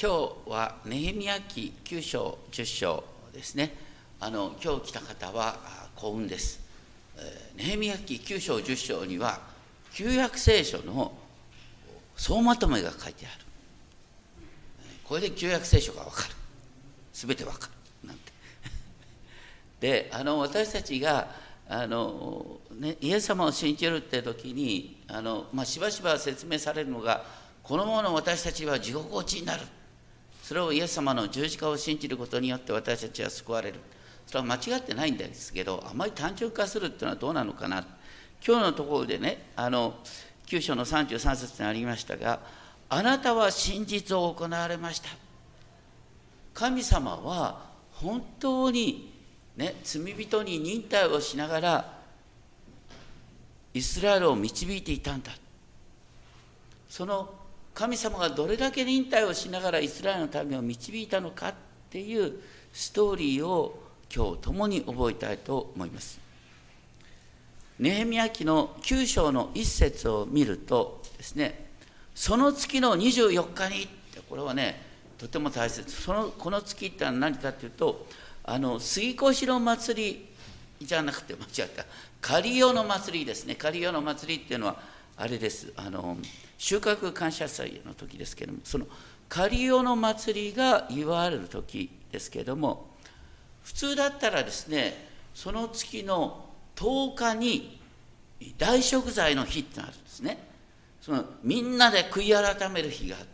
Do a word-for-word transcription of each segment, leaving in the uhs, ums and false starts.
今日はネヘミヤ記きゅう章じゅっ章ですね。あの今日来た方は幸運です。ネヘミヤ記きゅう章じゅっ章には旧約聖書の総まとめが書いてある。これで旧約聖書が分かる。すべて分かるなんて。で、あの私たちがあの、ね、イエス様を信じるって時にあの、まあ、しばしば説明されるのが、このままの私たちは地獄落ちになる。それをイエス様の十字架を信じることによって私たちは救われる。それは間違ってないんですけど、あまり単純化するっていうのはどうなのかな。今日のところでね、あのきゅう章のさんじゅうさん節にありましたが、あなたは真実を行われました。神様は本当に、ね、罪人に忍耐をしながらイスラエルを導いていたんだ。その神様がどれだけ忍耐をしながらイスラエルの民を導いたのかっていうストーリーを今日共に覚えたいと思います。ネヘミヤ記のきゅう章の一節を見るとですね、その月のにじゅうよっかにって、これはねとても大切。そのこの月ってのは何かっていうと、あの杉越の祭りじゃなくて、間違った、刈りの祭りですね。刈りの祭りっていうのはあれです、あの収穫感謝祭の時ですけれども、その刈りの祭りが祝われる時ですけれども、普通だったらですね、その月のとおかに大食材の日ってあるんですね。そのみんなで悔い改める日があって、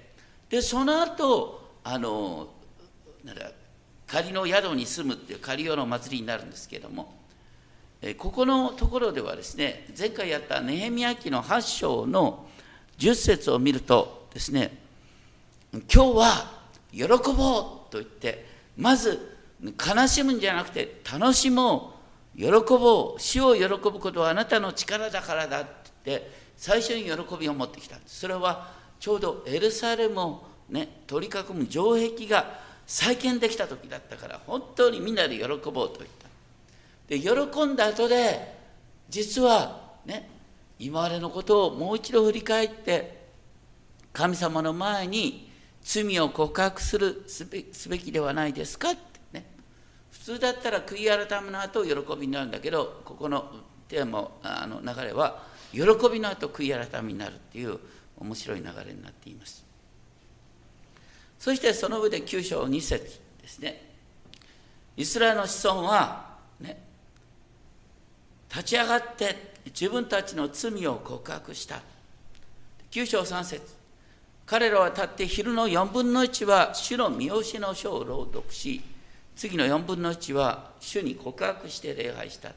でその後あのなんだ仮の宿に住むっていう仮の祭りになるんですけれども、えここのところではですね、前回やったネヘミヤ記のはち章のじゅっ節を見るとですね、今日は喜ぼうと言って、まず悲しむんじゃなくて楽しもう、喜ぼう、主を喜ぶことはあなたの力だからだって言って最初に喜びを持ってきたんです。それはちょうどエルサレムを、ね、取り囲む城壁が再建できた時だったから、本当にみんなで喜ぼうと言った。で喜んだ後で、実はね、今までのことをもう一度振り返って神様の前に罪を告白するすべ、すべきではないですかってね。普通だったら悔い改めの後喜びになるんだけど、ここのテーマ、あの流れは喜びの後悔い改めになるっていう面白い流れになっています。そしてその上できゅう章に節ですね。イスラエルの子孫はね、立ち上がって自分たちの罪を告白した。きゅう章さん節、彼らは立って昼のよんぶんのいちは主の見教えの書を朗読し、次のよんぶんのいちは主に告白して礼拝した。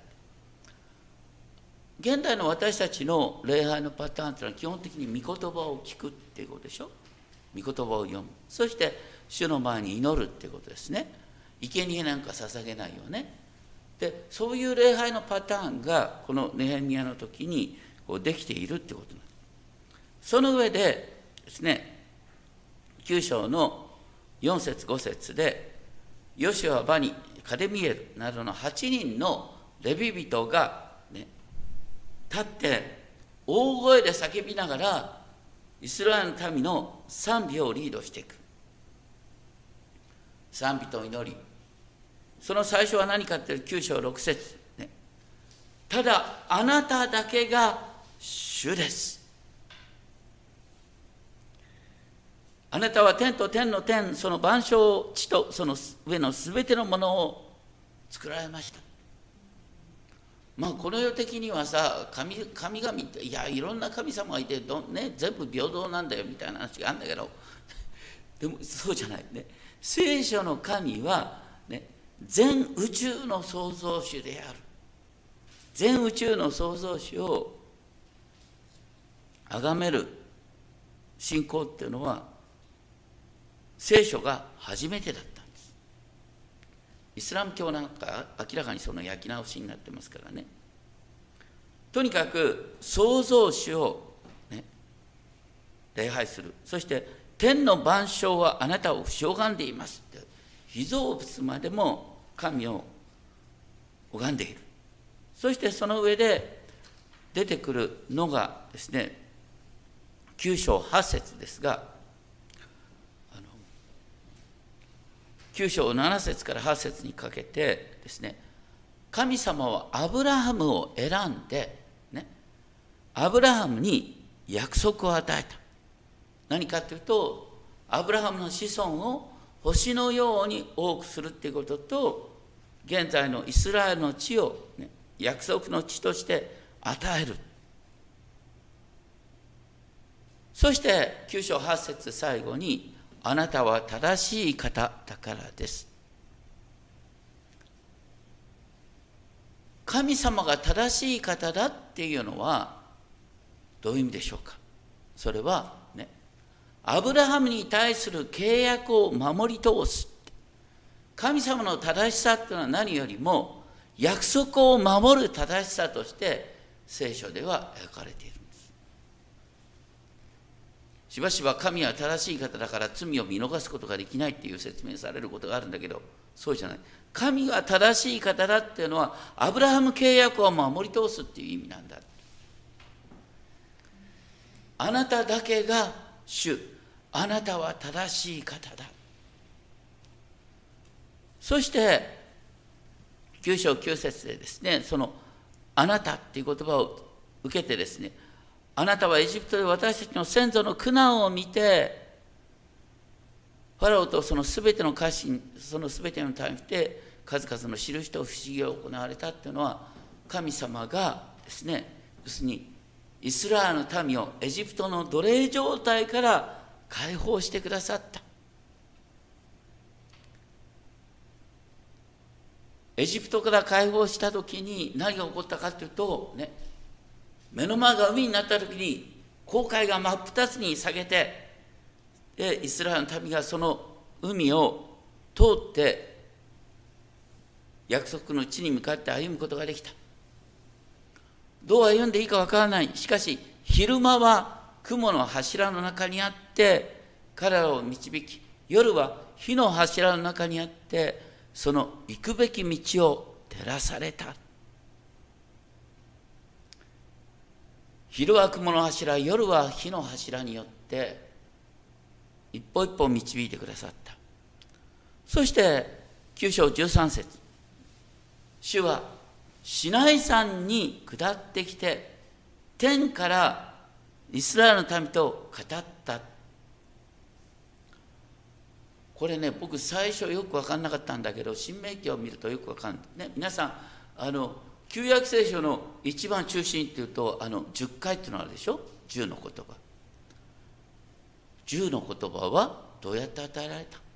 現代の私たちの礼拝のパターンというのは基本的に御言葉を聞くっていうことでしょ。御言葉を読む、そして主の前に祈るっていうことですね。生贄なんか捧げないよね。でそういう礼拝のパターンがこのネヘミヤの時にこうできているってことなんです。その上でですね、きゅう章のよん節ご節で、ヨシュア、バニ、カデミエルなどのはちにんのレビ人が、ね、立って大声で叫びながらイスラエルの民の賛美をリードしていく。賛美と祈り、その最初は何かっていうときゅう章ろく節、ね、ただあなただけが主です。あなたは天と天の天、その万象地とその上のすべてのものを作られました。まあこの世的にはさ、神, 神々っていやいろんな神様がいてど、ね、全部平等なんだよみたいな話があるんだけど、でもそうじゃないね。聖書の神はね、全宇宙の創造主である。全宇宙の創造主を崇める信仰っていうのは聖書が初めてだったんです。イスラム教なんか明らかにその焼き直しになってますからね。とにかく創造主を、ね、礼拝する。そして天の万象はあなたを不し拝んでいますって、被造物までも神を拝んでいる。そしてその上で出てくるのがですね、きゅう章はち節ですが、 きゅう章なな節からはち節にかけてですね、神様はアブラハムを選んで、ね、アブラハムに約束を与えた。何かというと、アブラハムの子孫を星のように多くするということと、現在のイスラエルの地を、ね、約束の地として与える。そしてきゅう章はち節最後に、あなたは正しい方だからです。神様が正しい方だっていうのはどういう意味でしょうか。それはね、アブラハムに対する契約を守り通す。神様の正しさというのは何よりも約束を守る正しさとして聖書では描かれているんです。しばしば神は正しい方だから罪を見逃すことができないっていう説明されることがあるんだけど、そうじゃない。神が正しい方だっていうのはアブラハム契約を守り通すっていう意味なんだ。あなただけが主、あなたは正しい方だ。そしてきゅう章きゅう節でですね、そのあなたっていう言葉を受けてですね、あなたはエジプトで私たちの先祖の苦難を見て、ファラオとそのすべての家臣、そのすべての民にて数々の印と不思議が行われたっていうのは、神様がですね、要するにイスラエルの民をエジプトの奴隷状態から解放してくださった。エジプトから解放したときに何が起こったかというと、ね、目の前が海になったときに航海が真っ二つに下げて、でイスラエルの民がその海を通って約束の地に向かって歩むことができた。どう歩んでいいかわからない。しかし昼間は雲の柱の中にあって彼らを導き、夜は火の柱の中にあってその行くべき道を照らされた。昼は雲の柱、夜は火の柱によって一歩一歩導いてくださった。そしてきゅう章じゅうさん節、主はシナイ山に下ってきて天からイスラエルの民と語った。これね、僕最初よく分かんなかったんだけど、新明記を見るとよく分かる、ね、皆さんあの旧約聖書の一番中心っていうとあのじゅっかいっていうのあるでしょ。じゅうの言葉。じゅうの言葉はどうやって与えられた？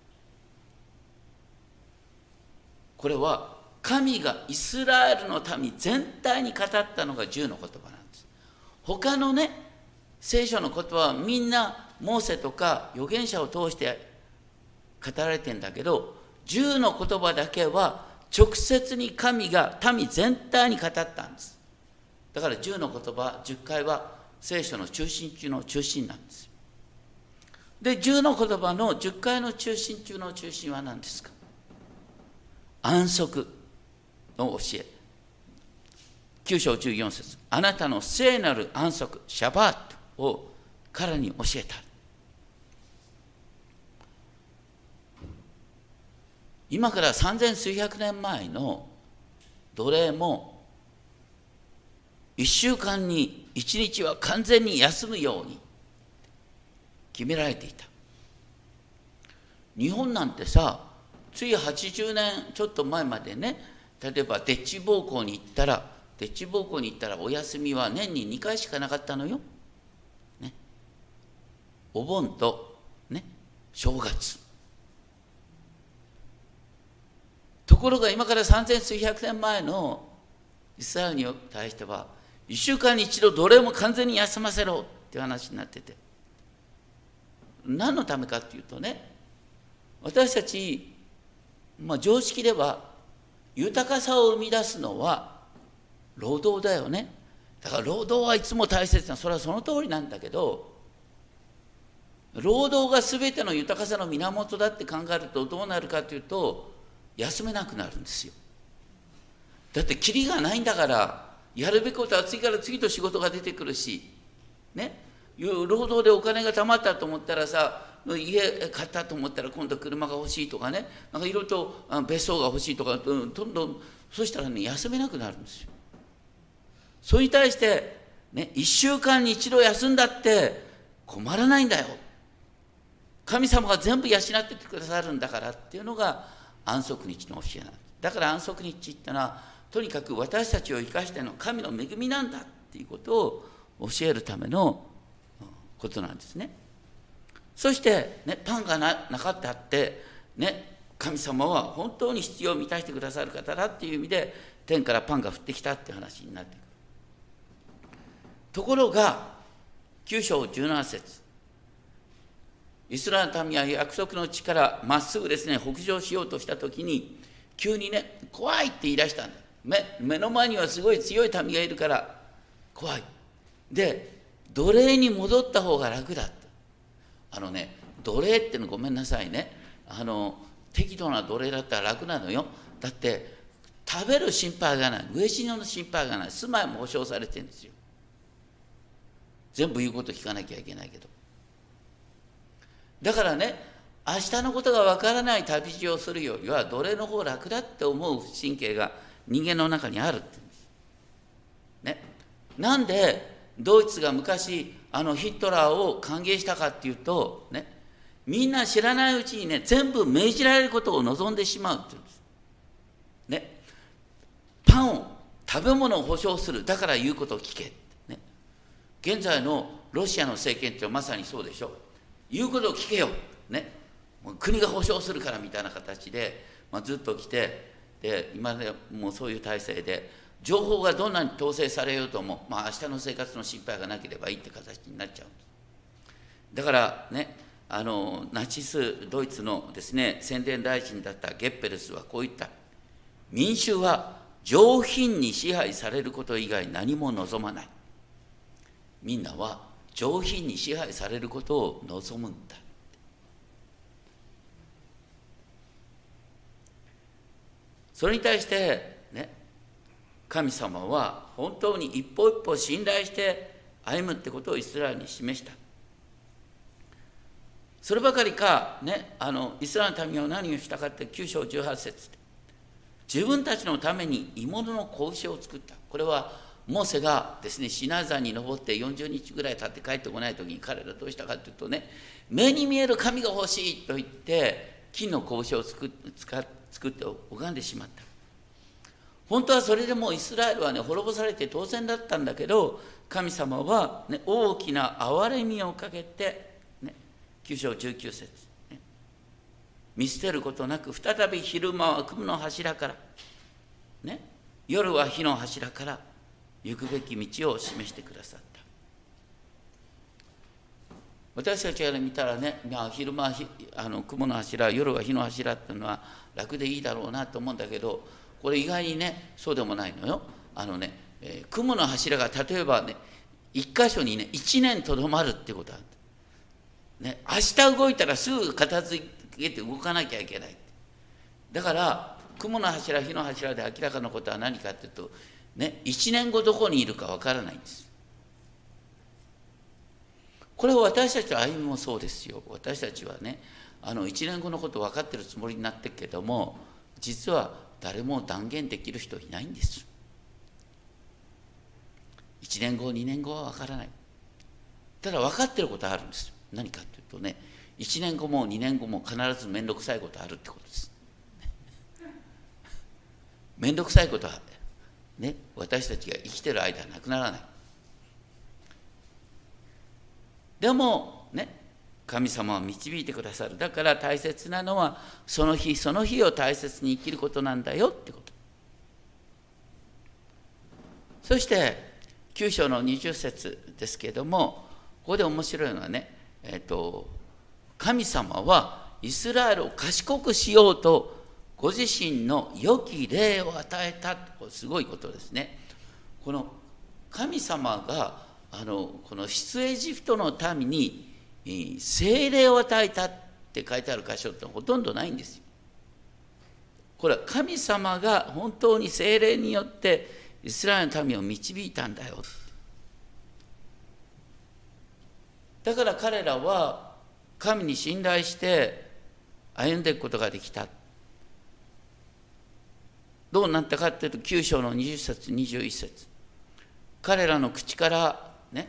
これは神がイスラエルの民全体に語ったのがじゅうの言葉なんです。他のね、聖書の言葉はみんなモーセとか預言者を通して語られてんだけど、じゅうの言葉だけは直接に神が民全体に語ったんです。だからじゅうの言葉、じゅっかいは聖書の中心中の中心なんです。で、じゅうの言葉のじゅっかいの中心中の中心は何ですか？安息の教え。きゅう章じゅうよん節、あなたの聖なる安息、シャバートを彼に教えた。今から三千数百年前の奴隷も一週間に一日は完全に休むように決められていた。日本なんてさ、ついはちじゅうねんちょっと前までね、例えばでっち奉公に行ったらでっち奉公に行ったらお休みは年ににかいしかなかったのよ、ね、お盆と、ね、正月。ところが今から三千数百年前のイスラエルに対してはいっしゅうかんに一度奴隷も完全に休ませろっていう話になってて、何のためかっていうとね、私たち、まあ、常識では豊かさを生み出すのは労働だよね。だから労働はいつも大切な、それはその通りなんだけど、労働が全ての豊かさの源だって考えるとどうなるかというと、休めなくなるんですよ。だってキリがないんだから、やるべきことは次から次と仕事が出てくるしね、労働でお金が貯まったと思ったらさ、 家買ったと思ったら今度車が欲しいとかね、なんかいろいろと別荘が欲しいとか、どんどんそしたらね休めなくなるんですよ。それに対してね、いっしゅうかんに一度休んだって困らないんだよ。神様が全部養ってってくださるんだからっていうのが安息日の教えなんです。だから安息日っていうのはとにかく私たちを生かしての神の恵みなんだっていうことを教えるためのことなんですね。そして、ね、パンが な, なかったって、ね、神様は本当に必要を満たしてくださる方だっていう意味で天からパンが降ってきたっていう話になってくる。ところがきゅう章じゅうなな節、イスラエルの民は約束の地からまっすぐですね北上しようとしたときに急にね怖いって言い出したんだ。 目, 目の前にはすごい強い民がいるから怖い。で奴隷に戻った方が楽だって。あのね奴隷ってのごめんなさいね、あの適度な奴隷だったら楽なのよ。だって食べる心配がない、飢え死にの心配がない、住まいも保証されてるんですよ。全部言うこと聞かなきゃいけないけど、だからね明日のことがわからない旅路をするよりは奴隷の方楽だって思う神経が人間の中にあるって言うんです、ね、なんでドイツが昔あのヒットラーを歓迎したかっていうと、ね、みんな知らないうちにね全部命じられることを望んでしまうって言うんです、ね、パンを食べ物を保証する、だから言うことを聞けって、ね、現在のロシアの政権ってまさにそうでしょ。言うことを聞けよ、ね、国が保証するからみたいな形で、まあ、ずっと来て、で今でもうそういう体制で情報がどんなに統制されようとも、まあ、明日の生活の心配がなければいいって形になっちゃうんです。だからね、あのナチスドイツのですね宣伝大臣だったゲッペルスはこう言った。民衆は上品に支配されること以外何も望まない。みんなは上品に支配されることを望むんだ。それに対してね、神様は本当に一歩一歩信頼して歩むってことをイスラエルに示した。そればかりか、ね、あのイスラエルの民は何をしたかってきゅう章じゅうはち節で自分たちのために鋳物の子牛を作った。これはモーセがですねシナイ山に登ってよんじゅうにちぐらい経って帰ってこない時に彼らどうしたかというとね、目に見える神が欲しいと言って金の子牛を作って拝んでしまった。本当はそれでもうイスラエルはね滅ぼされて当然だったんだけど、神様は、ね、大きな憐れみをかけて、ね、きゅう章じゅうきゅう節、ね、見捨てることなく再び昼間は雲の柱から、ね、夜は火の柱から行くべき道を示してくださった。私たちが見たらね、まあ、昼間はあの雲の柱、夜は火の柱っていうのは楽でいいだろうなと思うんだけど、これ意外にねそうでもないのよ。あのね、えー、雲の柱が例えばね一箇所にねいちねんとどまるってことある、ね、明日動いたらすぐ片付けて動かなきゃいけない。だから雲の柱火の柱で明らかなことは何かっていうとね、いちねんごどこにいるかわからないんです。これは私たちの歩みもそうですよ。私たちはねあのいちねんごのこと分かってるつもりになってるけども、実は誰も断言できる人いないんです。いちねんごにねんごは分からない。ただ分かってることはあるんです。何かというとね、いちねんごもにねんごも必ず面倒くさいことあるってことです。面倒くさいことはね、私たちが生きてる間はなくならない。でもね、神様は導いてくださる。だから大切なのはその日その日を大切に生きることなんだよってこと。そしてきゅう章のにじゅう節ですけれども、ここで面白いのはね、えっと、神様はイスラエルを賢くしようとご自身の良き霊を与えた。すごいことですね。この神様があのこの出エジプトの民に聖霊を与えたって書いてある箇所ってほとんどないんですよ。これは神様が本当に聖霊によってイスラエルの民を導いたんだよ。だから彼らは神に信頼して歩んでいくことができた。どうなったかというと、きゅう章のにじゅっ節にじゅういち節、彼らの口からね、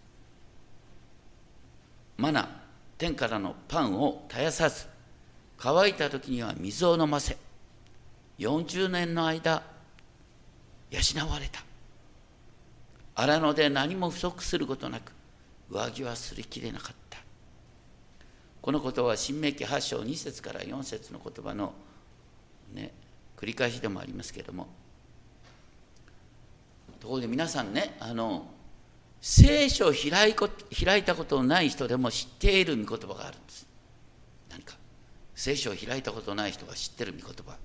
マナ、天からのパンを絶やさず、乾いた時には水を飲ませ、よんじゅうねんの間養われた。荒野で何も不足することなく、上着は擦り切れなかった。このことは新明記はち章に節からよん節の言葉の、ね、繰り返しでもありますけれども、ところで皆さんね、あの聖書を開いこ開いたことのない人でも知っている御言葉があるんです。何か聖書を開いたことのない人が知っている御言葉、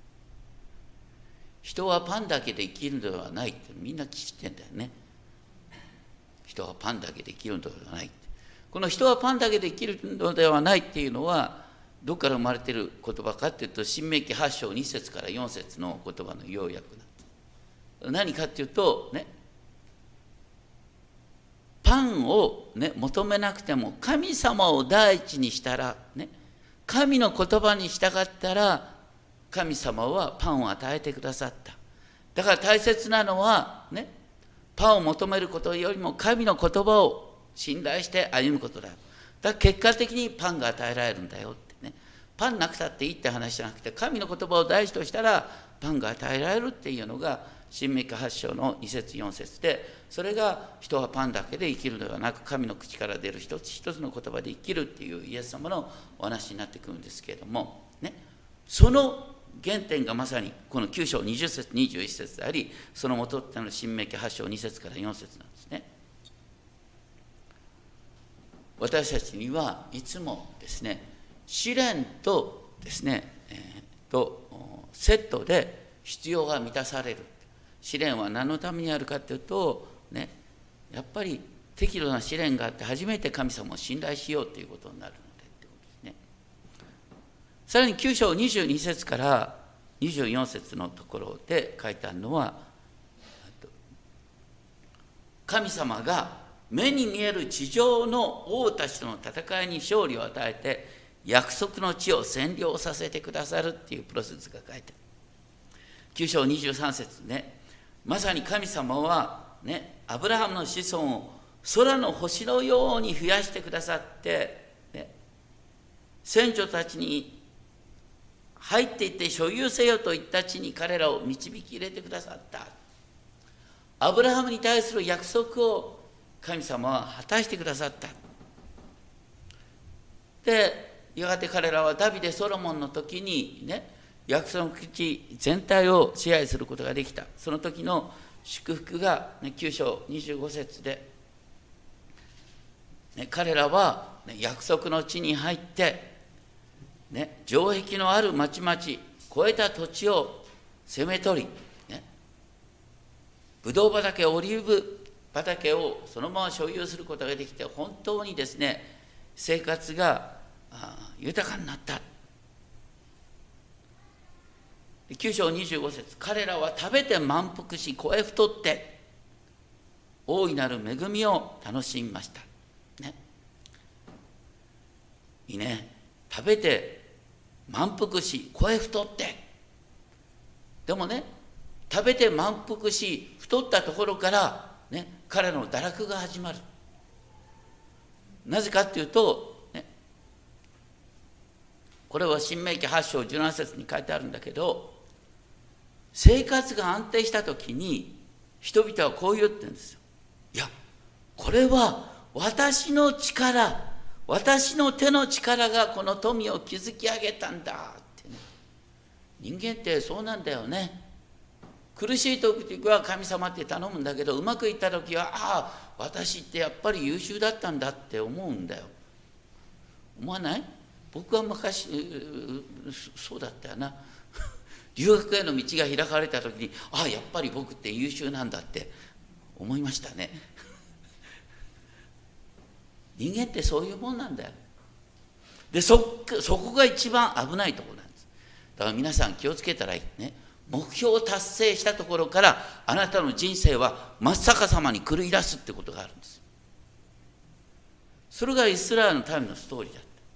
人はパンだけで生きるのではないってみんな知ってんだよね。人はパンだけで生きるのではない。この人はパンだけで生きるのではないっていうのはどこから生まれている言葉かっていうと、新明記はち章に節からよん節の言葉の要約なんです。何かっていうとね、パンを、ね、求めなくても神様を第一にしたら、ね、神の言葉に従ったら神様はパンを与えてくださった。だから大切なのは、ね、パンを求めることよりも神の言葉を信頼して歩むことだ。だから結果的にパンが与えられるんだよってね。パンなくたっていいって話じゃなくて、神の言葉を大事としたらパンが与えられるっていうのが新明記はち章のに節よん節で、それが人はパンだけで生きるのではなく、神の口から出る一つ一つの言葉で生きるっていうイエス様のお話になってくるんですけれども、ね、その原点がまさにこのきゅう章にじゅっ節にじゅういち節であり、その元っていうのは新明記はち章に節からよん節なんですね。私たちにはいつもですね、試練とですね、えー、とセットで必要が満たされる。試練は何のためにあるかというと、ね、やっぱり適度な試練があって初めて神様を信頼しようということになるのでということですね。さらにきゅう章にじゅうに節からにじゅうよん節のところで書いてあるのは、神様が目に見える地上の王たちとの戦いに勝利を与えて約束の地を占領させてくださるっていうプロセスが書いてある。きゅう章にじゅうさん節ね、まさに神様はね、アブラハムの子孫を空の星のように増やしてくださって、ね、先祖たちに入っていって所有せよといった地に彼らを導き入れてくださった。アブラハムに対する約束を神様は果たしてくださった。で、やがて彼らはダビデ・ソロモンの時にね、約束の地全体を支配することができた。その時の祝福が、ね、きゅう章にじゅうご節で、ね、彼らは、ね、約束の地に入って、ね、城壁のある町々、越えた土地を攻め取り、ね、ブドウ畑、オリーブ畑をそのまま所有することができて、本当にですね、生活が豊かになった。きゅう章にじゅうご節、彼らは食べて満腹し、肥え太って、大いなる恵みを楽しみました。ね。いいね。食べて満腹し、肥え太って。でもね、食べて満腹し、太ったところから、ね、彼の堕落が始まる。なぜかっていうと、ね、これは新明記はち章じゅうなな節に書いてあるんだけど、生活が安定したときに人々はこう言ってるんですよ。いや、これは私の力、私の手の力がこの富を築き上げたんだってね。人間ってそうなんだよね。苦しい時は神様って頼むんだけど、うまくいった時は、ああ、私ってやっぱり優秀だったんだって思うんだよ。思わない？僕は昔そうだったよな。留学への道が開かれた時に、ああ、やっぱり僕って優秀なんだって思いましたね。人間ってそういうもんなんだよ。で、そ、そこが一番危ないところなんです。だから皆さん気をつけたらいいね。目標を達成したところからあなたの人生は真っ逆さまに狂い出すってことがあるんです。それがイスラエルの民のストーリーだった。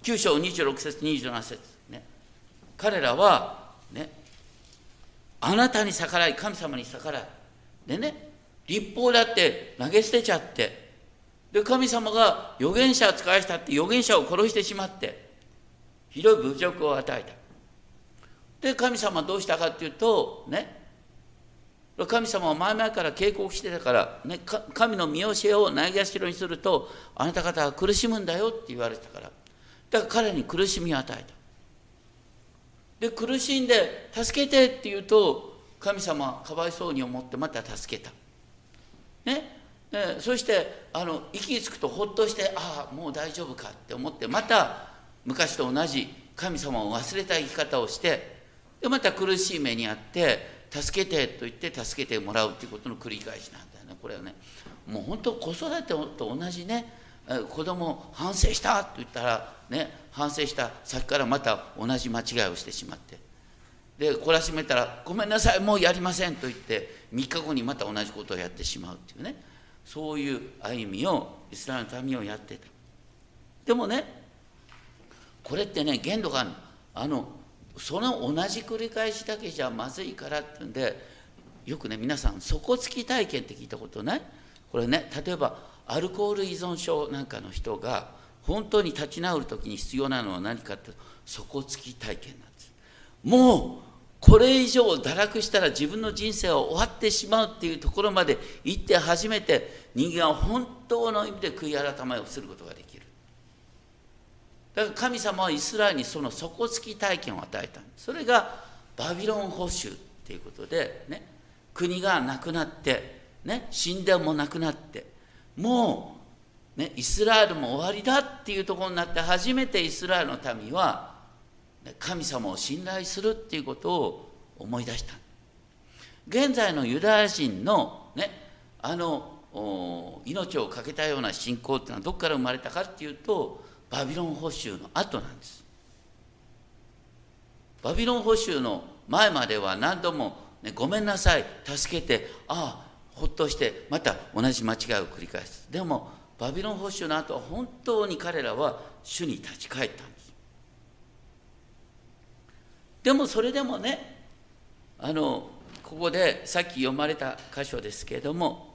きゅう章にじゅうろく節にじゅうなな節ね、彼らはね、あなたに逆らい、神様に逆らいでね、律法だって投げ捨てちゃって、で神様が預言者を使わしたって預言者を殺してしまってひどい侮辱を与えた。で神様はどうしたかっていうとね、神様は前々から警告してたから、ね、神の見教えをないがしろにするとあなた方は苦しむんだよって言われたから、だから彼に苦しみを与えた。で苦しんで助けてって言うと神様はかわいそうに思ってまた助けた、ね、えそしてあの息つくとほっとして、ああもう大丈夫かって思ってまた昔と同じ神様を忘れた生き方をして、でまた苦しい目にあって助けてと言って助けてもらうということの繰り返しなんだよね。これはね、もう本当子育てと同じね、子供反省したと言ったらね、反省した先からまた同じ間違いをしてしまって、で懲らしめたらごめんなさいもうやりませんと言ってみっかごにまた同じことをやってしまうっていうね、そういう歩みをイスラエルの民をやってた。でもね、これってね限度があるの。あのその同じ繰り返しだけじゃまずいからっていうんで、よくね皆さん底つき体験って聞いたことない？これね、例えばアルコール依存症なんかの人が本当に立ち直るときに必要なのは何かって底つき体験なんです。もうこれ以上堕落したら自分の人生は終わってしまうっていうところまで行って初めて人間は本当の意味で悔い改めをすることができる。だから神様はイスラエルにその底つき体験を与えた。それがバビロン捕囚っていうことで、ね、国がなくなって、ね、神殿もなくなって、もう、ね、イスラエルも終わりだっていうところになって初めてイスラエルの民は神様を信頼するっていうことを思い出した。現在のユダヤ人の、ね、あの命を懸けたような信仰っていうのはどこから生まれたかっていうとバビロン捕囚の後なんです。バビロン捕囚の前までは何度も、ね、ごめんなさい助けて、ああほっとしてまた同じ間違いを繰り返す。でもバビロン捕囚の後は本当に彼らは主に立ち返ったんです。でもそれでもね、あのここでさっき読まれた箇所ですけれども、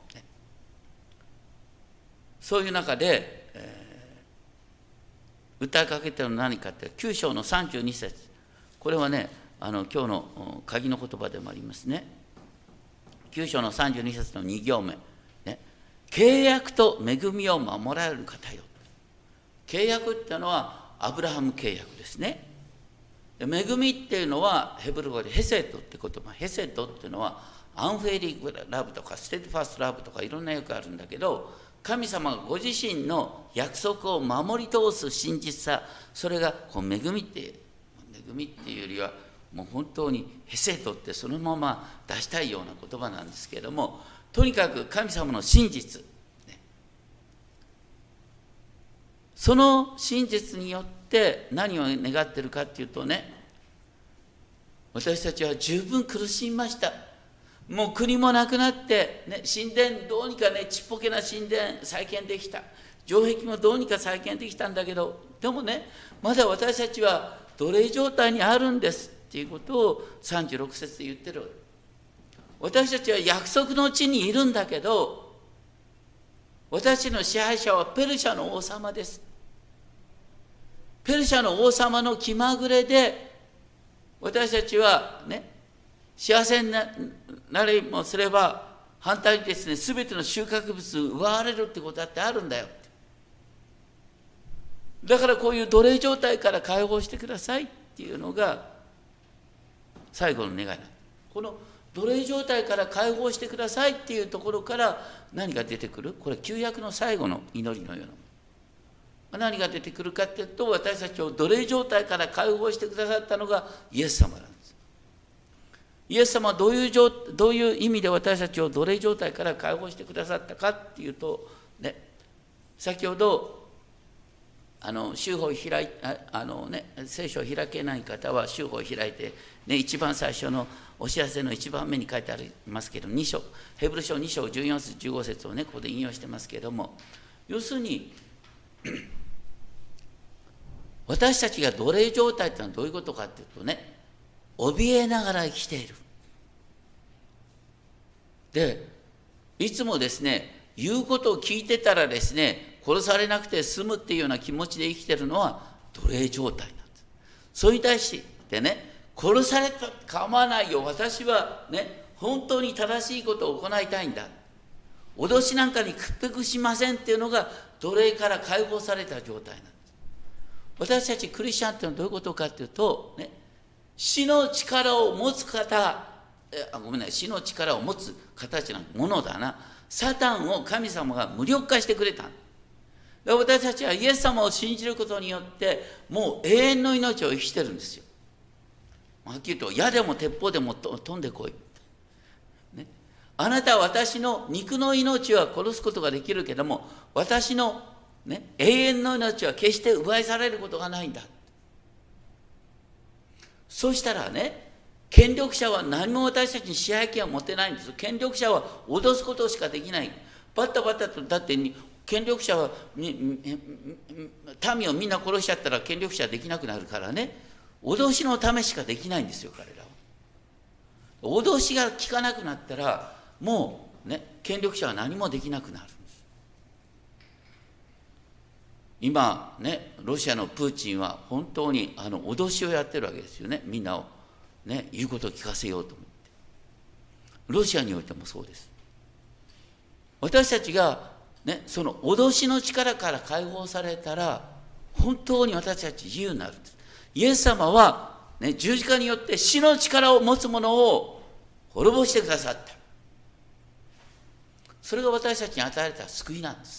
そういう中で、えー、訴えかけてるのは何かってきゅう章のさんじゅうに節、これはねあの今日の鍵の言葉でもありますね。きゅう章のさんじゅうに節のに行目、ね、契約と恵みを守られる方よ。契約っていうのはアブラハム契約ですね。恵みっていうのはヘブル語でヘセットって言葉、ヘセットっていうのはアンフェリーラブとかステッドファーストラブとかいろんな訳があるんだけど、神様がご自身の約束を守り通す真実さ、それがこう恵みって恵みっていうよりはもう本当にヘセットってそのまま出したいような言葉なんですけれども、とにかく神様の真実、ね、その真実によって何を願ってるかっていうとね、私たちは十分苦しみました。もう国もなくなって、ね、神殿どうにかねちっぽけな神殿再建できた、城壁もどうにか再建できたんだけど、でもねまだ私たちは奴隷状態にあるんですっていうことをさんじゅうろく節で言ってる。私たちは約束の地にいるんだけど、私の支配者はペルシャの王様です。ペルシャの王様の気まぐれで私たちはね幸せになりもすれば反対にですね全ての収穫物を奪われるってことだってあるんだよ。だからこういう奴隷状態から解放してくださいっていうのが最後の願いだ。この奴隷状態から解放してくださいっていうところから何が出てくる？これ旧約の最後の祈りのような。何が出てくるかっていうと、私たちを奴隷状態から解放してくださったのがイエス様なんです。イエス様はどういう状どういう意味で私たちを奴隷状態から解放してくださったかっていうと、ね、先ほどあの宗法を開いああの、ね、聖書を開けない方は宗法を開いて、ね、一番最初のお知らせの一番目に書いてありますけど、に章ヘブル書に章じゅうよん節じゅうご節をねここで引用してますけれども、要するに私たちが奴隷状態ってのはどういうことかっていうとね、怯えながら生きている。で、いつもですね、言うことを聞いてたらですね、殺されなくて済むっていうような気持ちで生きてるのは奴隷状態なんです。それに対してね、殺された構わないよ、私はね、本当に正しいことを行いたいんだ。脅しなんかに屈服しませんっていうのが奴隷から解放された状態なんです。私たちクリスチャンっていうのはどういうことかっていうと、ね、死の力を持つ方、あごめんなさい、死の力を持つ形のものだな、サタンを神様が無力化してくれた。私たちはイエス様を信じることによってもう永遠の命を生きてるんですよ。はっきり言うと矢でも鉄砲でも飛んでこい、ね、あなたは私の肉の命は殺すことができるけども、私の、ね、永遠の命は決して奪い去られることがないんだ。そうしたらね、権力者は何も私たちに支配権は持てないんです。権力者は脅すことしかできない。バッタバッタと、だって権力者は民をみんな殺しちゃったら権力者はできなくなるからね、脅しのためしかできないんですよ、彼らは。脅しが効かなくなったら、もうね、権力者は何もできなくなるんです。今ね、ロシアのプーチンは本当にあの脅しをやってるわけですよね、みんなをね、言うことを聞かせようと思って。ロシアにおいてもそうです。私たちがね、その脅しの力から解放されたら、本当に私たち自由になるんです。イエス様は、ね、十字架によって死の力を持つ者を滅ぼしてくださった。それが私たちに与えられた救いなんです。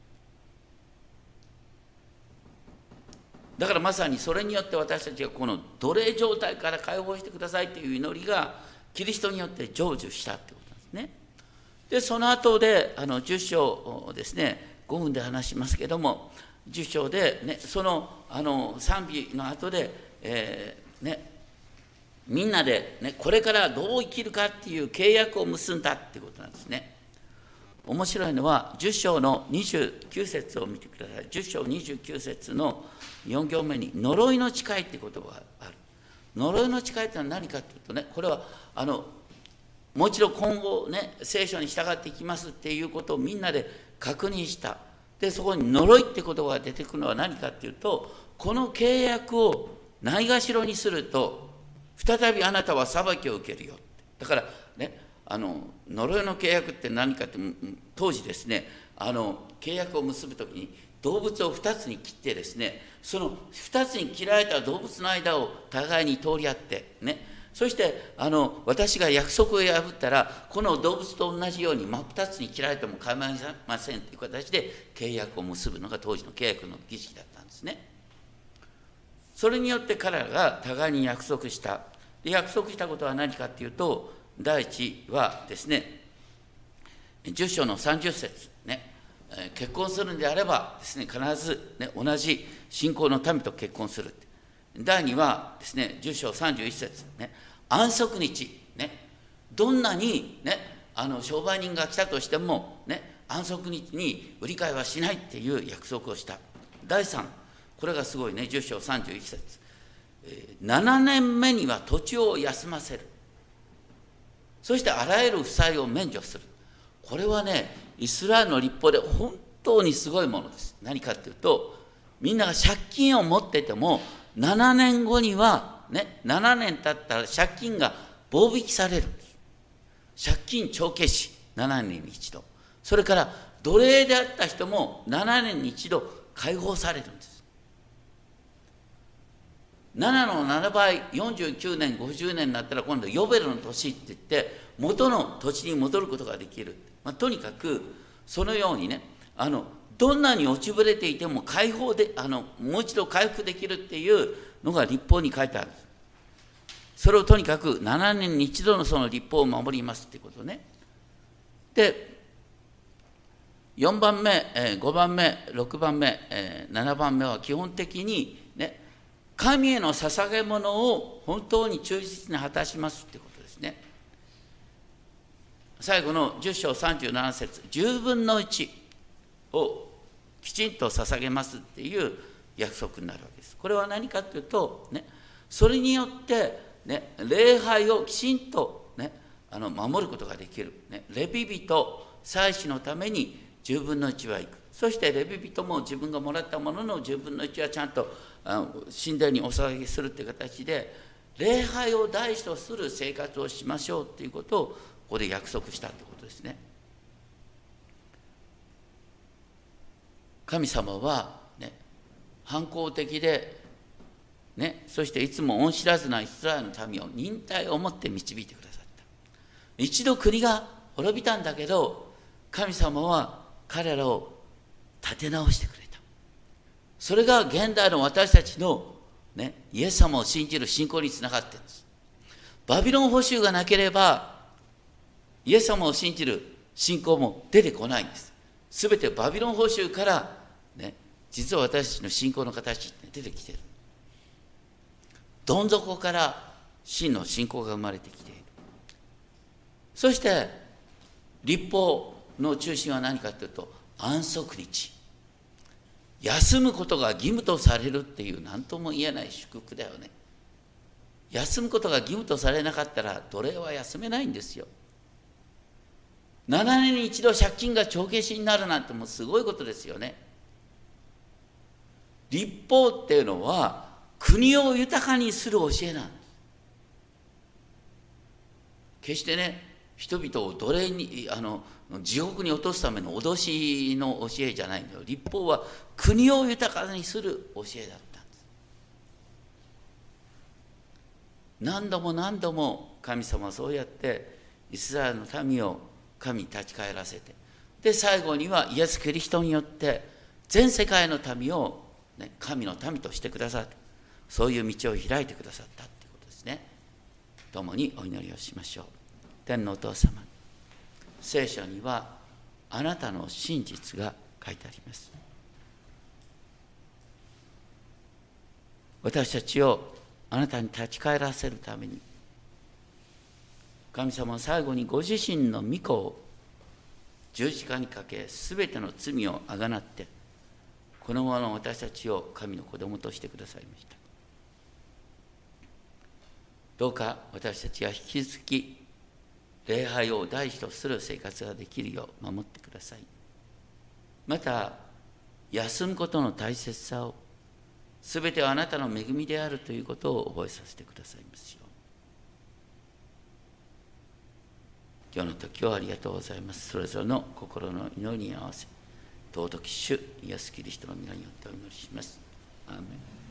だからまさにそれによって私たちがこの奴隷状態から解放してくださいという祈りがキリストによって成就したってことなんですね。で、その後であのじゅっ章をですね、ごふんで話しますけども、じゅっ章で、ね、その、あの賛美の後で、えーね、みんなで、ね、これからどう生きるかっていう契約を結んだってことなんですね。面白いのはじゅっ章のにじゅうきゅう節を見てください。じゅっ章にじゅうきゅう節のよん行目に呪いの誓いって言葉がある。呪いの誓いってのは何かというとね、これはあのもう一度今後ね、聖書に従っていきますっていうことをみんなで確認した。で、そこに呪いって言葉が出てくるのは何かっていうと、この契約をないがしろにすると再びあなたは裁きを受けるよ。だからね、あの呪いの契約って何かって、当時ですね、あの契約を結ぶときに動物をふたつに切ってですね、そのふたつに切られた動物の間を互いに通り合ってね、そしてあの私が約束を破ったらこの動物と同じように真っ二つに切られても構いませんという形で契約を結ぶのが当時の契約の儀式だったんですね。それによって彼らが互いに約束した。で、約束したことは何かというと、第一はですね、じゅっ章のさんじゅっ節ね、結婚するんであればですね、必ず、ね、同じ信仰の民と結婚する。第二はですね、じゅっ章さんじゅういち節ね、安息日ね、どんなにね、あの商売人が来たとしてもね、安息日に売り買いはしないっていう約束をした。第三、これがすごいね、じゅっ章さんじゅういち節、えー、ななねんめには土地を休ませる。そしてあらゆる負債を免除する。これはね、イスラエルの律法で本当にすごいものです。何かっていうと、みんなが借金を持っててもななねんごにはね、ななねん経ったら借金が棒引きされる。借金帳消し、ななねんに一度。それから奴隷であった人もななねんに一度解放されるんです。ななのななばい、よんじゅうきゅうねん、ごじゅうねんになったら今度ヨベルの年って言って元の土地に戻ることができる。まあ、とにかくそのようにね、あのどんなに落ちぶれていても解放であのもう一度回復できるっていうのが律法に書いてある。それをとにかくななねんに一度のその律法を守りますっていうことね。で、よんばんめ、ごばんめ、ろくばんめ、ななばんめは基本的にね、神への捧げ物を本当に忠実に果たしますということですね。最後のじゅっ章さんじゅうなな節、じゅうぶんのいちをきちんと捧げますっていう約束になるわけです。これは何かというと、ね、それによって、ね、礼拝をきちんと、ね、あの守ることができる、ね、レビ人祭司のためにじゅうぶんのいちは行く。そしてレビ人も自分がもらったもののじゅうぶんのいちはちゃんと神殿にお捧げするという形で、礼拝を第一とする生活をしましょうということをここで約束したということですね。神様は、ね、反抗的で、ね、そしていつも恩知らずなイスラエルの民を忍耐をもって導いてくださった。一度国が滅びたんだけど、神様は彼らを立て直してくれた。それが現代の私たちの、ね、イエス様を信じる信仰につながっているんです。バビロン捕囚がなければイエス様を信じる信仰も出てこないんです。すべてバビロン捕囚から、ね、実は私たちの信仰の形って出てきている。どん底から真の信仰が生まれてきている。そして律法の中心は何かというと、安息日、休むことが義務とされるっていう何とも言えない祝福だよね。休むことが義務とされなかったら奴隷は休めないんですよ。ななねんに一度借金が帳消しになるなんてもうすごいことですよね。律法っていうのは国を豊かにする教えなんです。決してね、人々を奴隷にあの地獄に落とすための脅しの教えじゃないんだよ。律法は国を豊かにする教えだったんです。何度も何度も神様はそうやってイスラエルの民を神に立ち返らせて、で最後にはイエス・キリストによって全世界の民を、ね、神の民としてくださって、そういう道を開いてくださったということですね。共にお祈りをしましょう。天のお父様、聖書にはあなたの真実が書いてあります。私たちをあなたに立ち返らせるために、神様は最後にご自身の御子を十字架にかけ、すべての罪をあがなって、このままの私たちを神の子供としてくださいました。どうか私たちが引き続き礼拝を第一とする生活ができるよう守ってください。また休むことの大切さを、すべてはあなたの恵みであるということを覚えさせてくださいますよう。今日の時をありがとうございます。それぞれの心の祈りに合わせ、尊き主イエスキリストの皆によってお祈りします。アーメン。